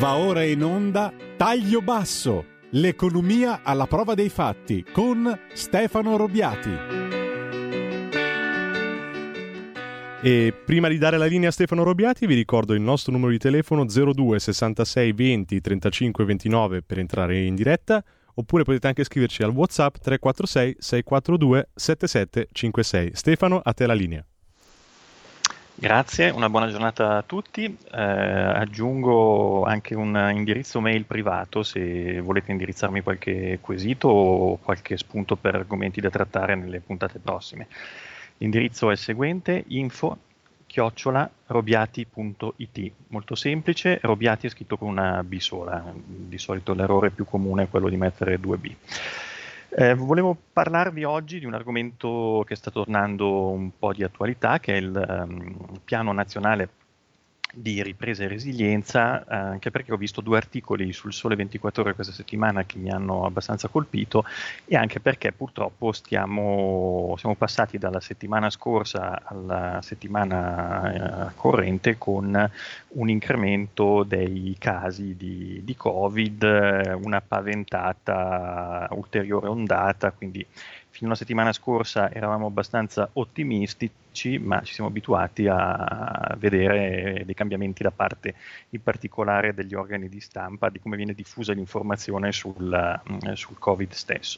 Va ora in onda Taglio Basso, l'economia alla prova dei fatti con Stefano Robiati. E prima di dare la linea a Stefano Robiati vi ricordo il nostro numero di telefono 02 66 20 35 29 per entrare in diretta, oppure potete anche scriverci al WhatsApp 346 642 7756. Stefano, a te la linea. Grazie, una buona giornata a tutti. Aggiungo anche un indirizzo mail privato se volete indirizzarmi qualche quesito o qualche spunto per argomenti da trattare nelle puntate prossime. L'indirizzo è il seguente: info@robiati.it. Molto semplice, Robiati è scritto con una B sola, di solito l'errore più comune è quello di mettere 2B. Volevo parlarvi oggi di un argomento che sta tornando un po' di attualità, che è il Piano Nazionale di Ripresa e Resilienza, anche perché ho visto 2 articoli sul Sole 24 Ore questa settimana che mi hanno abbastanza colpito, e anche perché purtroppo siamo passati dalla settimana scorsa alla settimana corrente con un incremento dei casi di Covid, una paventata ulteriore ondata, quindi fino alla settimana scorsa eravamo abbastanza ottimistici, ma ci siamo abituati a vedere dei cambiamenti da parte in particolare degli organi di stampa, di come viene diffusa l'informazione sul Covid stesso.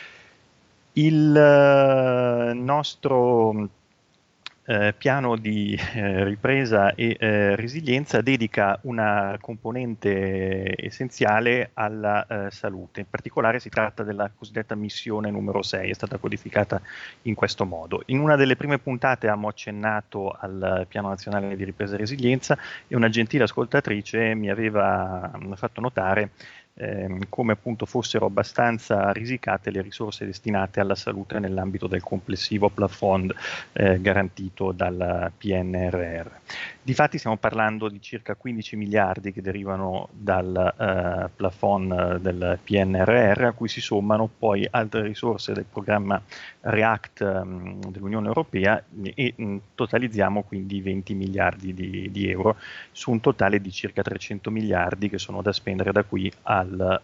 Il nostro piano di ripresa e resilienza dedica una componente essenziale alla salute. In particolare si tratta della cosiddetta missione numero 6, è stata codificata in questo modo. In una delle prime puntate abbiamo accennato al Piano Nazionale di Ripresa e Resilienza e una gentile ascoltatrice mi aveva fatto notare come appunto fossero abbastanza risicate le risorse destinate alla salute nell'ambito del complessivo plafond garantito dal PNRR. Difatti stiamo parlando di circa 15 miliardi che derivano dal plafond del PNRR, a cui si sommano poi altre risorse del programma REACT dell'Unione Europea e totalizziamo quindi 20 miliardi di euro su un totale di circa 300 miliardi che sono da spendere da qui al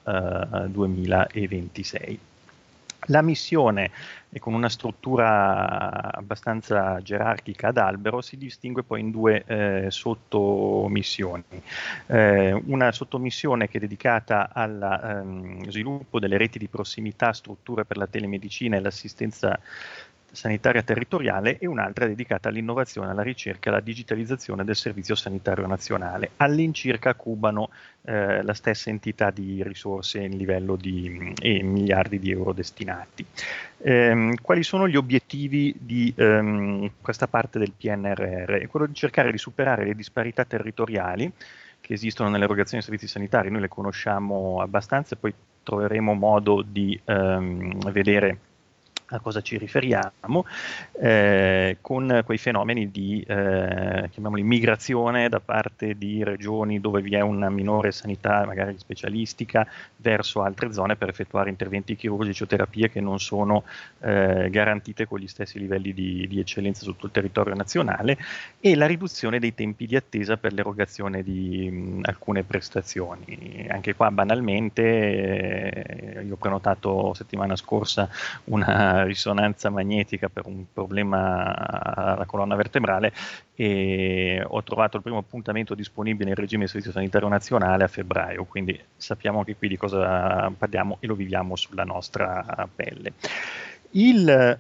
2026. La missione, con una struttura abbastanza gerarchica ad albero, si distingue poi in 2 sottomissioni. Una sottomissione che è dedicata allo sviluppo delle reti di prossimità, strutture per la telemedicina e l'assistenza sanitaria territoriale, e un'altra dedicata all'innovazione, alla ricerca e alla digitalizzazione del Servizio Sanitario Nazionale. All'incirca cubano la stessa entità di risorse in livello di miliardi di euro destinati. Quali sono gli obiettivi di questa parte del PNRR? È quello di cercare di superare le disparità territoriali che esistono nell'erogazione dei servizi sanitari. Noi le conosciamo abbastanza e poi troveremo modo di vedere a cosa ci riferiamo, con quei fenomeni di chiamiamoli migrazione da parte di regioni dove vi è una minore sanità magari specialistica verso altre zone per effettuare interventi chirurgici o terapie che non sono garantite con gli stessi livelli di eccellenza su tutto il territorio nazionale, e la riduzione dei tempi di attesa per l'erogazione di alcune prestazioni. Anche qua banalmente io ho prenotato settimana scorsa una risonanza magnetica per un problema alla colonna vertebrale e ho trovato il primo appuntamento disponibile in regime di servizio sanitario nazionale a febbraio, quindi sappiamo anche qui di cosa parliamo e lo viviamo sulla nostra pelle. Il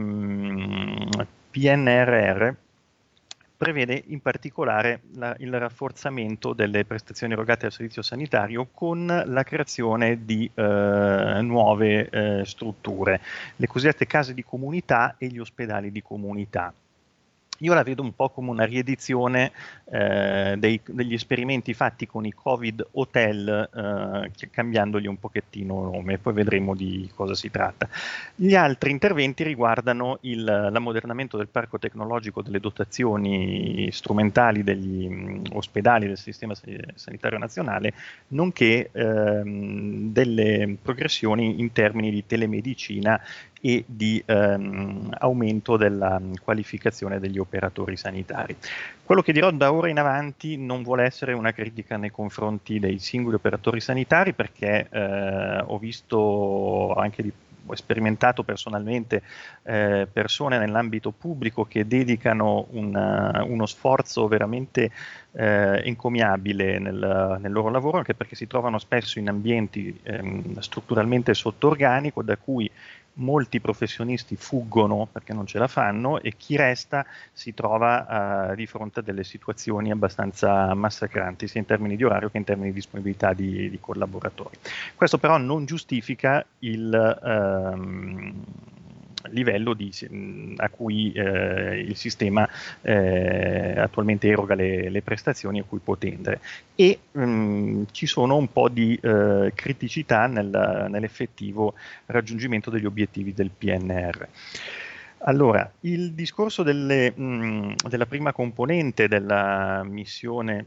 PNRR prevede in particolare il rafforzamento delle prestazioni erogate al servizio sanitario con la creazione di nuove strutture, le cosiddette case di comunità e gli ospedali di comunità. Io la vedo un po' come una riedizione degli esperimenti fatti con i Covid Hotel, cambiandogli un pochettino nome, poi vedremo di cosa si tratta. Gli altri interventi riguardano l'ammodernamento del parco tecnologico, delle dotazioni strumentali degli ospedali del sistema sanitario nazionale, nonché delle progressioni in termini di telemedicina e di aumento della qualificazione degli operatori sanitari. Quello che dirò da ora in avanti non vuole essere una critica nei confronti dei singoli operatori sanitari, perché ho visto anche ho sperimentato personalmente persone nell'ambito pubblico che dedicano uno sforzo veramente encomiabile nel loro lavoro, anche perché si trovano spesso in ambienti strutturalmente sotto organico, da cui molti professionisti fuggono perché non ce la fanno, e chi resta si trova di fronte a delle situazioni abbastanza massacranti, sia in termini di orario che in termini di disponibilità di collaboratori. Questo però non giustifica il livello a cui il sistema attualmente eroga le prestazioni a cui può tendere, e ci sono un po' di criticità nell'effettivo raggiungimento degli obiettivi del PNR. Allora, il discorso della prima componente della missione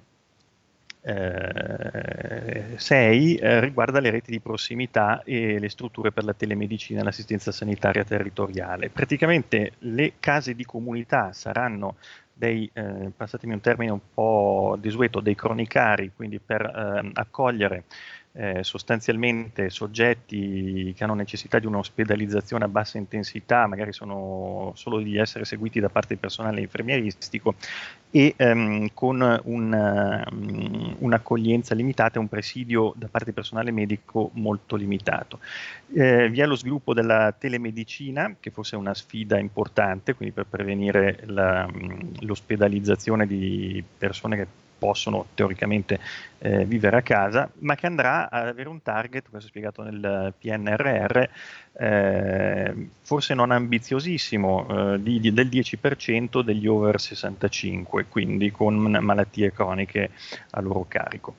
6 riguarda le reti di prossimità e le strutture per la telemedicina e l'assistenza sanitaria territoriale. Praticamente le case di comunità saranno passatemi un termine un po' desueto, dei cronicari, quindi per accogliere sostanzialmente soggetti che hanno necessità di un'ospedalizzazione a bassa intensità, magari sono solo di essere seguiti da parte del personale infermieristico, e con un'accoglienza limitata e un presidio da parte del personale medico molto limitato. Vi è lo sviluppo della telemedicina, che forse è una sfida importante, quindi per prevenire l'ospedalizzazione di persone che possono teoricamente vivere a casa, ma che andrà ad avere un target, questo è spiegato nel PNRR, forse non ambiziosissimo, del 10% degli over 65, quindi con malattie croniche a loro carico.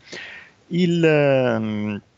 Il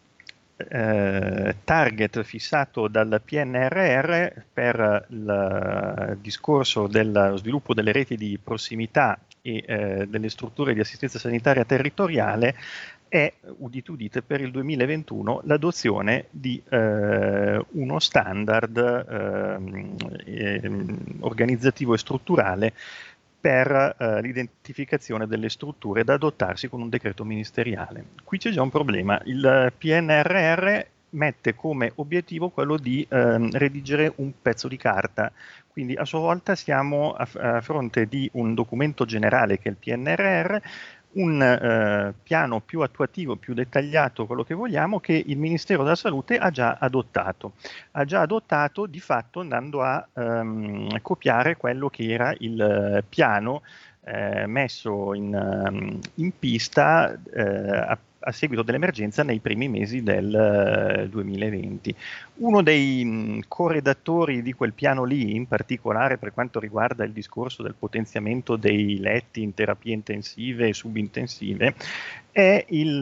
target fissato dal PNRR per il discorso dello sviluppo delle reti di prossimità e delle strutture di assistenza sanitaria territoriale è, udite udite, per il 2021 l'adozione di uno standard organizzativo e strutturale per l'identificazione delle strutture da adottarsi con un decreto ministeriale. Qui c'è già un problema. Il PNRR mette come obiettivo quello di redigere un pezzo di carta. Quindi a sua volta siamo a fronte di un documento generale che è il PNRR, un piano più attuativo, più dettagliato, quello che vogliamo, che il Ministero della Salute ha già adottato. Ha già adottato di fatto andando a copiare quello che era il piano messo in pista a seguito dell'emergenza nei primi mesi del 2020. Uno dei corredattori di quel piano lì, in particolare per quanto riguarda il discorso del potenziamento dei letti in terapie intensive e subintensive, è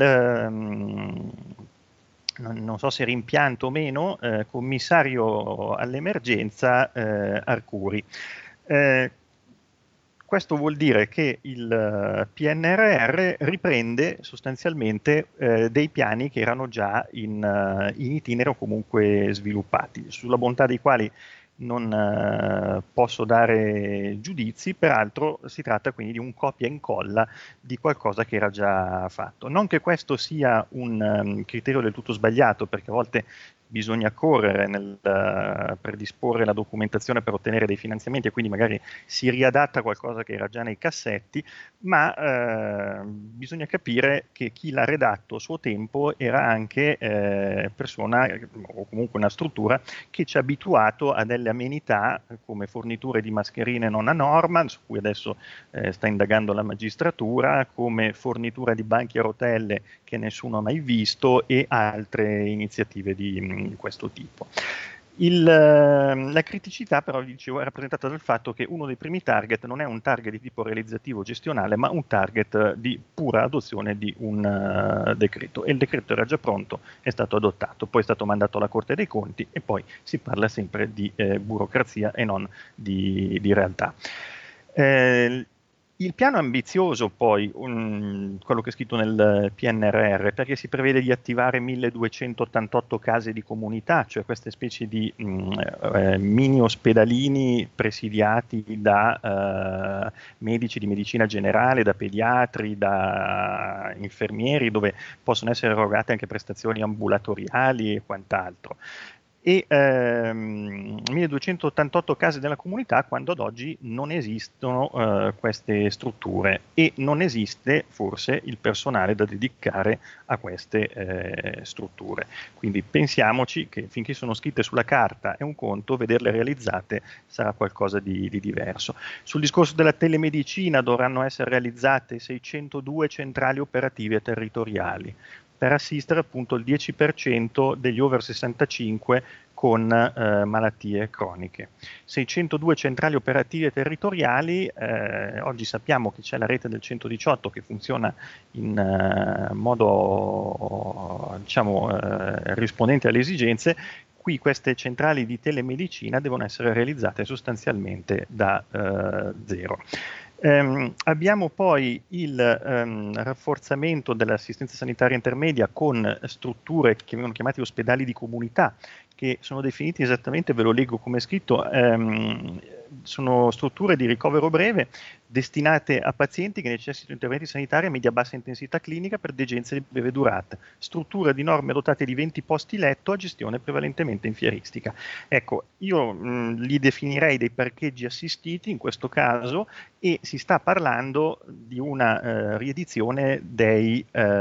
non so se rimpianto o meno, commissario all'emergenza Arcuri. Questo vuol dire che il PNRR riprende sostanzialmente dei piani che erano già in itinere o comunque sviluppati, sulla bontà dei quali non posso dare giudizi, peraltro si tratta quindi di un copia e incolla di qualcosa che era già fatto. Non che questo sia un criterio del tutto sbagliato, perché a volte bisogna correre nel predisporre la documentazione per ottenere dei finanziamenti e quindi magari si riadatta qualcosa che era già nei cassetti, ma bisogna capire che chi l'ha redatto a suo tempo era anche persona o comunque una struttura che ci ha abituato a delle amenità come forniture di mascherine non a norma, su cui adesso sta indagando la magistratura, come fornitura di banchi a rotelle che nessuno ha mai visto e altre iniziative di questo tipo. La criticità però, dicevo, è rappresentata dal fatto che uno dei primi target non è un target di tipo realizzativo gestionale, ma un target di pura adozione di un decreto, e il decreto era già pronto, è stato adottato, poi è stato mandato alla Corte dei Conti e poi si parla sempre di burocrazia e non di realtà. Il piano è ambizioso poi, quello che è scritto nel PNRR, perché si prevede di attivare 1288 case di comunità, cioè queste specie di mini ospedalini presidiati da medici di medicina generale, da pediatri, da infermieri, dove possono essere erogate anche prestazioni ambulatoriali e quant'altro. E 1288 case della comunità, quando ad oggi non esistono queste strutture e non esiste forse il personale da dedicare a queste strutture. Quindi pensiamoci che finché sono scritte sulla carta è un conto, vederle realizzate sarà qualcosa di diverso. Sul discorso della telemedicina dovranno essere realizzate 602 centrali operative territoriali per assistere appunto il 10% degli over 65 con malattie croniche. 602 centrali operative territoriali, oggi sappiamo che c'è la rete del 118 che funziona in modo rispondente alle esigenze. Qui queste centrali di telemedicina devono essere realizzate sostanzialmente da zero. Abbiamo poi il rafforzamento dell'assistenza sanitaria intermedia con strutture che vengono chiamate ospedali di comunità, che sono definiti esattamente, ve lo leggo come è scritto, sono strutture di ricovero breve destinate a pazienti che necessitano interventi sanitari a media-bassa intensità clinica per degenze di breve durata, strutture di norme dotate di 20 posti letto a gestione prevalentemente inferistica. Ecco, io li definirei dei parcheggi assistiti in questo caso, e si sta parlando di una riedizione dei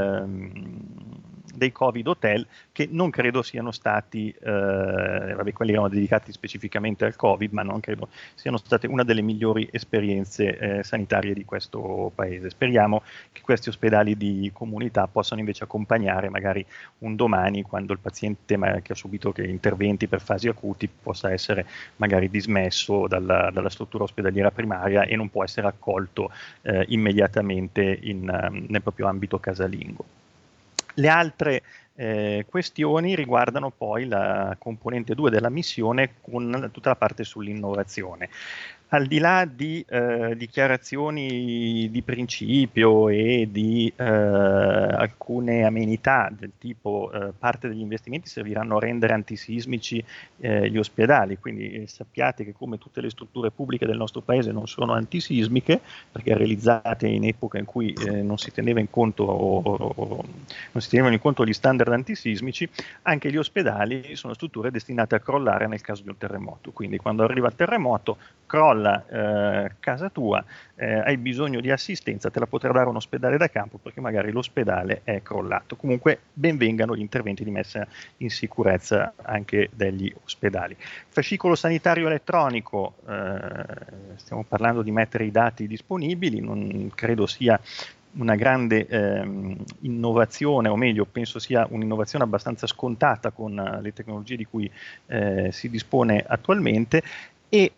Covid hotel, che non credo siano stati, quelli erano dedicati specificamente al Covid, ma non credo siano state una delle migliori esperienze sanitarie di questo paese. Speriamo che questi ospedali di comunità possano invece accompagnare magari un domani, quando il paziente che ha subito interventi per fasi acuti possa essere magari dismesso dalla struttura ospedaliera primaria e non può essere accolto immediatamente nel proprio ambito casalingo. Le altre questioni riguardano poi la componente 2 della missione, con tutta la parte sull'innovazione. Al di là di dichiarazioni di principio e di alcune amenità del tipo parte degli investimenti serviranno a rendere antisismici gli ospedali, quindi sappiate che come tutte le strutture pubbliche del nostro paese non sono antisismiche, perché realizzate in epoca in cui non si teneva in conto non si tenevano in conto gli standard antisismici. Anche gli ospedali sono strutture destinate a crollare nel caso di un terremoto, quindi quando arriva il terremoto crolla casa tua, hai bisogno di assistenza, te la potrà dare un ospedale da campo perché magari l'ospedale è crollato. Comunque ben vengano gli interventi di messa in sicurezza anche degli ospedali. Fascicolo sanitario elettronico, stiamo parlando di mettere i dati disponibili, non credo sia una grande innovazione, o meglio penso sia un'innovazione abbastanza scontata con le tecnologie di cui si dispone attualmente, e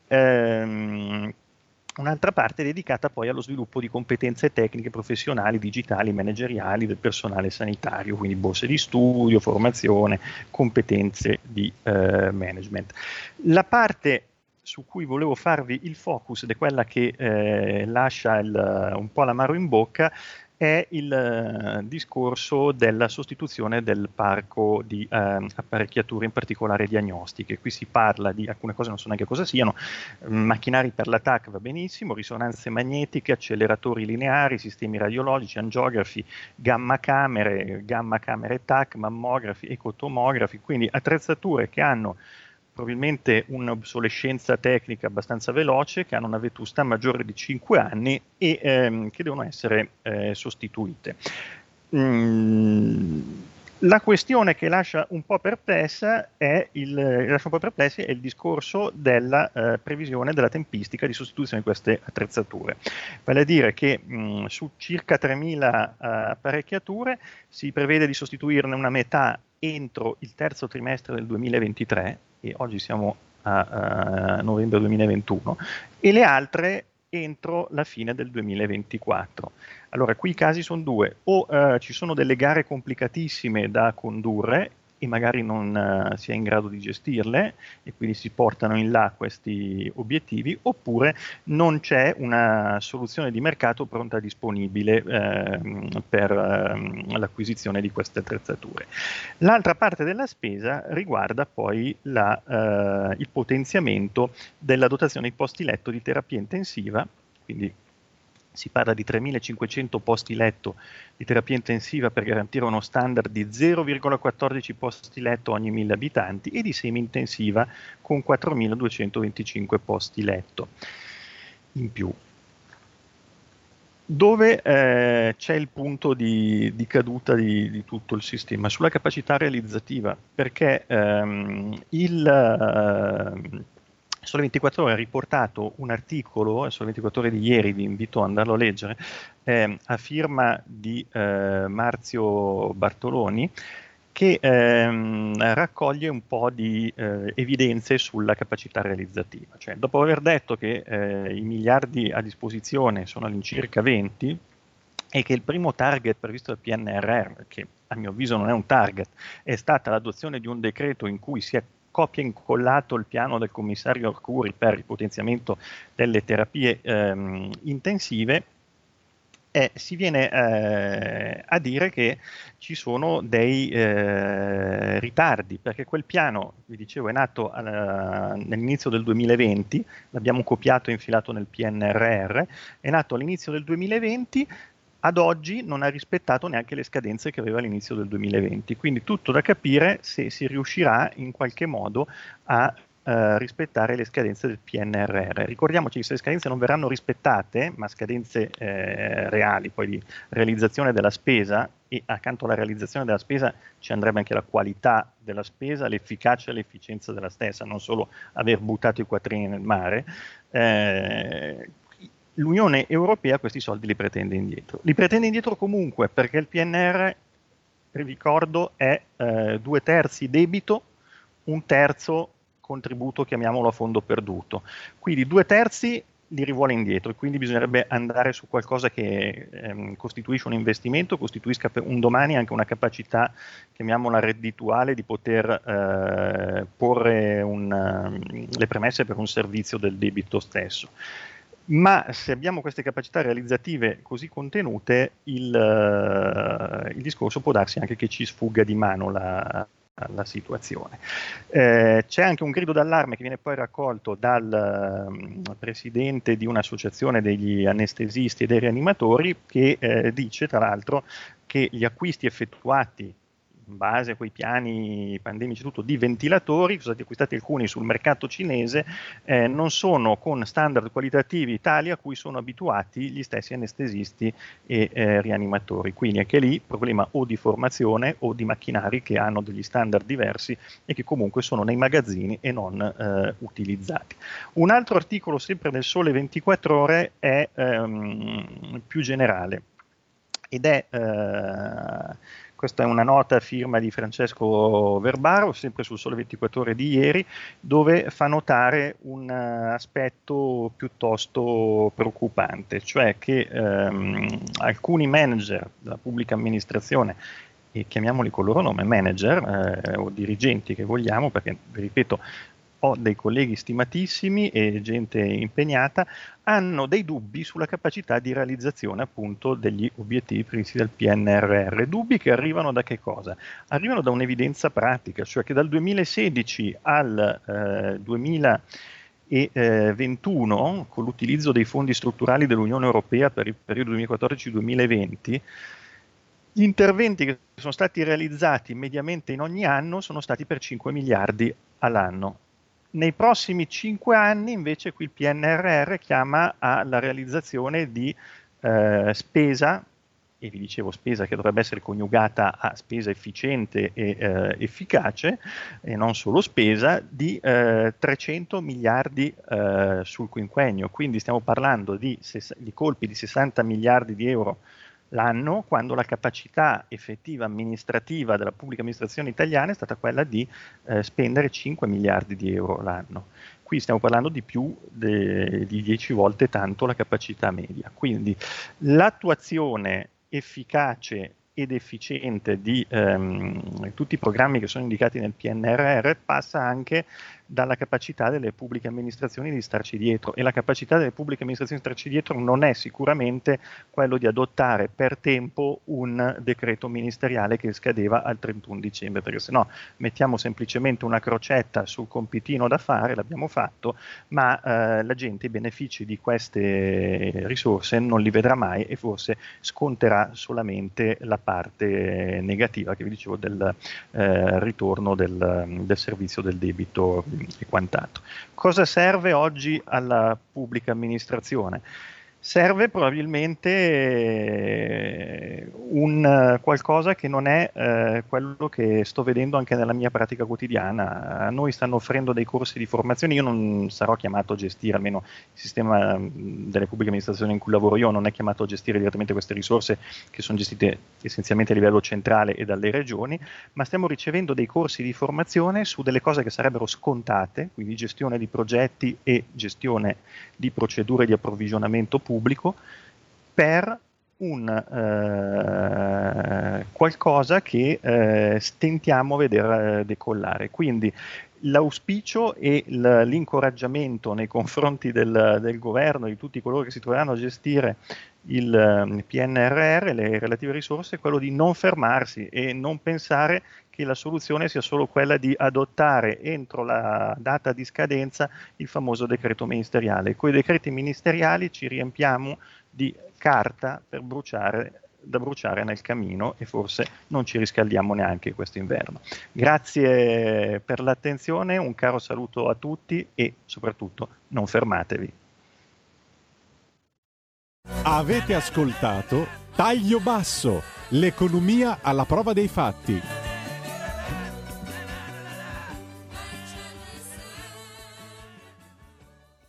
un'altra parte dedicata poi allo sviluppo di competenze tecniche, professionali, digitali, manageriali del personale sanitario, quindi borse di studio, formazione, competenze di management. La parte su cui volevo farvi il focus, ed è quella che lascia un po' l'amaro in bocca, è il discorso della sostituzione del parco di apparecchiature, in particolare diagnostiche. Qui si parla di alcune cose, non so neanche cosa siano, macchinari per l'ATAC va benissimo, risonanze magnetiche, acceleratori lineari, sistemi radiologici, angiografi, gamma camere TAC, mammografi, ecotomografi, quindi attrezzature che hanno probabilmente un'obsolescenza tecnica abbastanza veloce, che hanno una vetustaa maggiore di 5 anni e che devono essere sostituite. La questione che lascia un po' perplessi è il discorso della previsione della tempistica di sostituzione di queste attrezzature. Vale a dire che su circa 3.000 apparecchiature si prevede di sostituirne una metà entro il terzo trimestre del 2023, e oggi siamo a novembre 2021, e le altre entro la fine del 2024. Allora, qui i casi sono due: o ci sono delle gare complicatissime da condurre e magari non si è in grado di gestirle e quindi si portano in là questi obiettivi, oppure non c'è una soluzione di mercato pronta disponibile per l'acquisizione di queste attrezzature. L'altra parte della spesa riguarda poi il potenziamento della dotazione di posti letto di terapia intensiva, quindi si parla di 3.500 posti letto di terapia intensiva per garantire uno standard di 0,14 posti letto ogni 1.000 abitanti e di semi-intensiva con 4.225 posti letto in più. Dove c'è il punto di caduta di tutto il sistema? Sulla capacità realizzativa, perché Sole 24 Ore ha riportato un articolo, Sole 24 Ore di ieri, vi invito ad andarlo a leggere, a firma di Marzio Bartoloni, che raccoglie un po' di evidenze sulla capacità realizzativa. Cioè, dopo aver detto che i miliardi a disposizione sono all'incirca 20 e che il primo target previsto dal PNRR, che a mio avviso non è un target, è stata l'adozione di un decreto in cui si è copia e incollato il piano del commissario Arcuri per il potenziamento delle terapie intensive, si viene a dire che ci sono dei ritardi, perché quel piano, vi dicevo, è nato nell'inizio del 2020, l'abbiamo copiato e infilato nel PNRR, è nato all'inizio del 2020, ad oggi non ha rispettato neanche le scadenze che aveva all'inizio del 2020, quindi tutto da capire se si riuscirà in qualche modo a rispettare le scadenze del PNRR. Ricordiamoci che se le scadenze non verranno rispettate, ma scadenze reali, poi di realizzazione della spesa, e accanto alla realizzazione della spesa ci andrebbe anche la qualità della spesa, l'efficacia e l'efficienza della stessa, non solo aver buttato i quattrini nel mare, l'Unione Europea questi soldi li pretende indietro. Li pretende indietro comunque perché il PNR, ricordo, è 2/3 debito, 1/3 contributo, chiamiamolo a fondo perduto. Quindi 2/3 li rivuole indietro e quindi bisognerebbe andare su qualcosa che costituisce un investimento, costituisca un domani anche una capacità, chiamiamola reddituale, di poter porre le premesse per un servizio del debito stesso. Ma se abbiamo queste capacità realizzative così contenute, il discorso può darsi anche che ci sfugga di mano la situazione. C'è anche un grido d'allarme che viene poi raccolto dal presidente di un'associazione degli anestesisti e dei rianimatori, che dice tra l'altro che gli acquisti effettuati in base a quei piani pandemici tutto di ventilatori, sono stati acquistati alcuni sul mercato cinese, non sono con standard qualitativi tali a cui sono abituati gli stessi anestesisti e rianimatori. Quindi anche lì problema o di formazione o di macchinari che hanno degli standard diversi e che comunque sono nei magazzini e non utilizzati. Un altro articolo sempre nel Sole 24 Ore è più generale ed è questa è una nota a firma di Francesco Verbaro, sempre sul Sole 24 Ore di ieri, dove fa notare un aspetto piuttosto preoccupante, cioè che alcuni manager della pubblica amministrazione, e chiamiamoli con il loro nome, manager o dirigenti che vogliamo, perché, vi ripeto, ho dei colleghi stimatissimi e gente impegnata, hanno dei dubbi sulla capacità di realizzazione appunto degli obiettivi previsti dal PNRR. Dubbi che arrivano da che cosa? Arrivano da un'evidenza pratica, cioè che dal 2016 al 2021, con l'utilizzo dei fondi strutturali dell'Unione Europea per il periodo 2014-2020, gli interventi che sono stati realizzati mediamente in ogni anno sono stati per 5 miliardi all'anno. Nei prossimi 5 anni invece qui il PNRR chiama alla realizzazione di spesa, e vi dicevo spesa che dovrebbe essere coniugata a spesa efficiente e efficace, e non solo spesa, di 300 miliardi sul quinquennio. Quindi stiamo parlando di colpi di 60 miliardi di euro l'anno, quando la capacità effettiva amministrativa della pubblica amministrazione italiana è stata quella di spendere 5 miliardi di euro l'anno. Qui stiamo parlando di più di 10 volte tanto la capacità media. Quindi l'attuazione efficace ed efficiente di tutti i programmi che sono indicati nel PNRR passa anche dalla capacità delle pubbliche amministrazioni di starci dietro, e la capacità delle pubbliche amministrazioni di starci dietro non è sicuramente quello di adottare per tempo un decreto ministeriale che scadeva al 31 dicembre, perché se no mettiamo semplicemente una crocetta sul compitino da fare, l'abbiamo fatto, ma la gente i benefici di queste risorse non li vedrà mai e forse sconterà solamente la parte negativa che vi dicevo del ritorno del servizio del debito e quant'altro. Cosa serve oggi alla pubblica amministrazione? Serve probabilmente un qualcosa che non è quello che sto vedendo anche nella mia pratica quotidiana. A noi stanno offrendo dei corsi di formazione, io non sarò chiamato a gestire, almeno il sistema delle pubbliche amministrazioni in cui lavoro io non è chiamato a gestire direttamente queste risorse che sono gestite essenzialmente a livello centrale e dalle regioni, ma stiamo ricevendo dei corsi di formazione su delle cose che sarebbero scontate, quindi gestione di progetti e gestione di procedure di approvvigionamento pubblico, per un qualcosa che stentiamo a vedere decollare. Quindi l'auspicio e l'incoraggiamento nei confronti del governo e di tutti coloro che si troveranno a gestire il PNRR, le relative risorse, è quello di non fermarsi e non pensare che la soluzione sia solo quella di adottare entro la data di scadenza il famoso decreto ministeriale. Con i decreti ministeriali ci riempiamo di carta da bruciare nel camino e forse non ci riscaldiamo neanche quest'inverno. Grazie per l'attenzione, un caro saluto a tutti e soprattutto non fermatevi. Avete ascoltato Taglio Basso, l'economia alla prova dei fatti.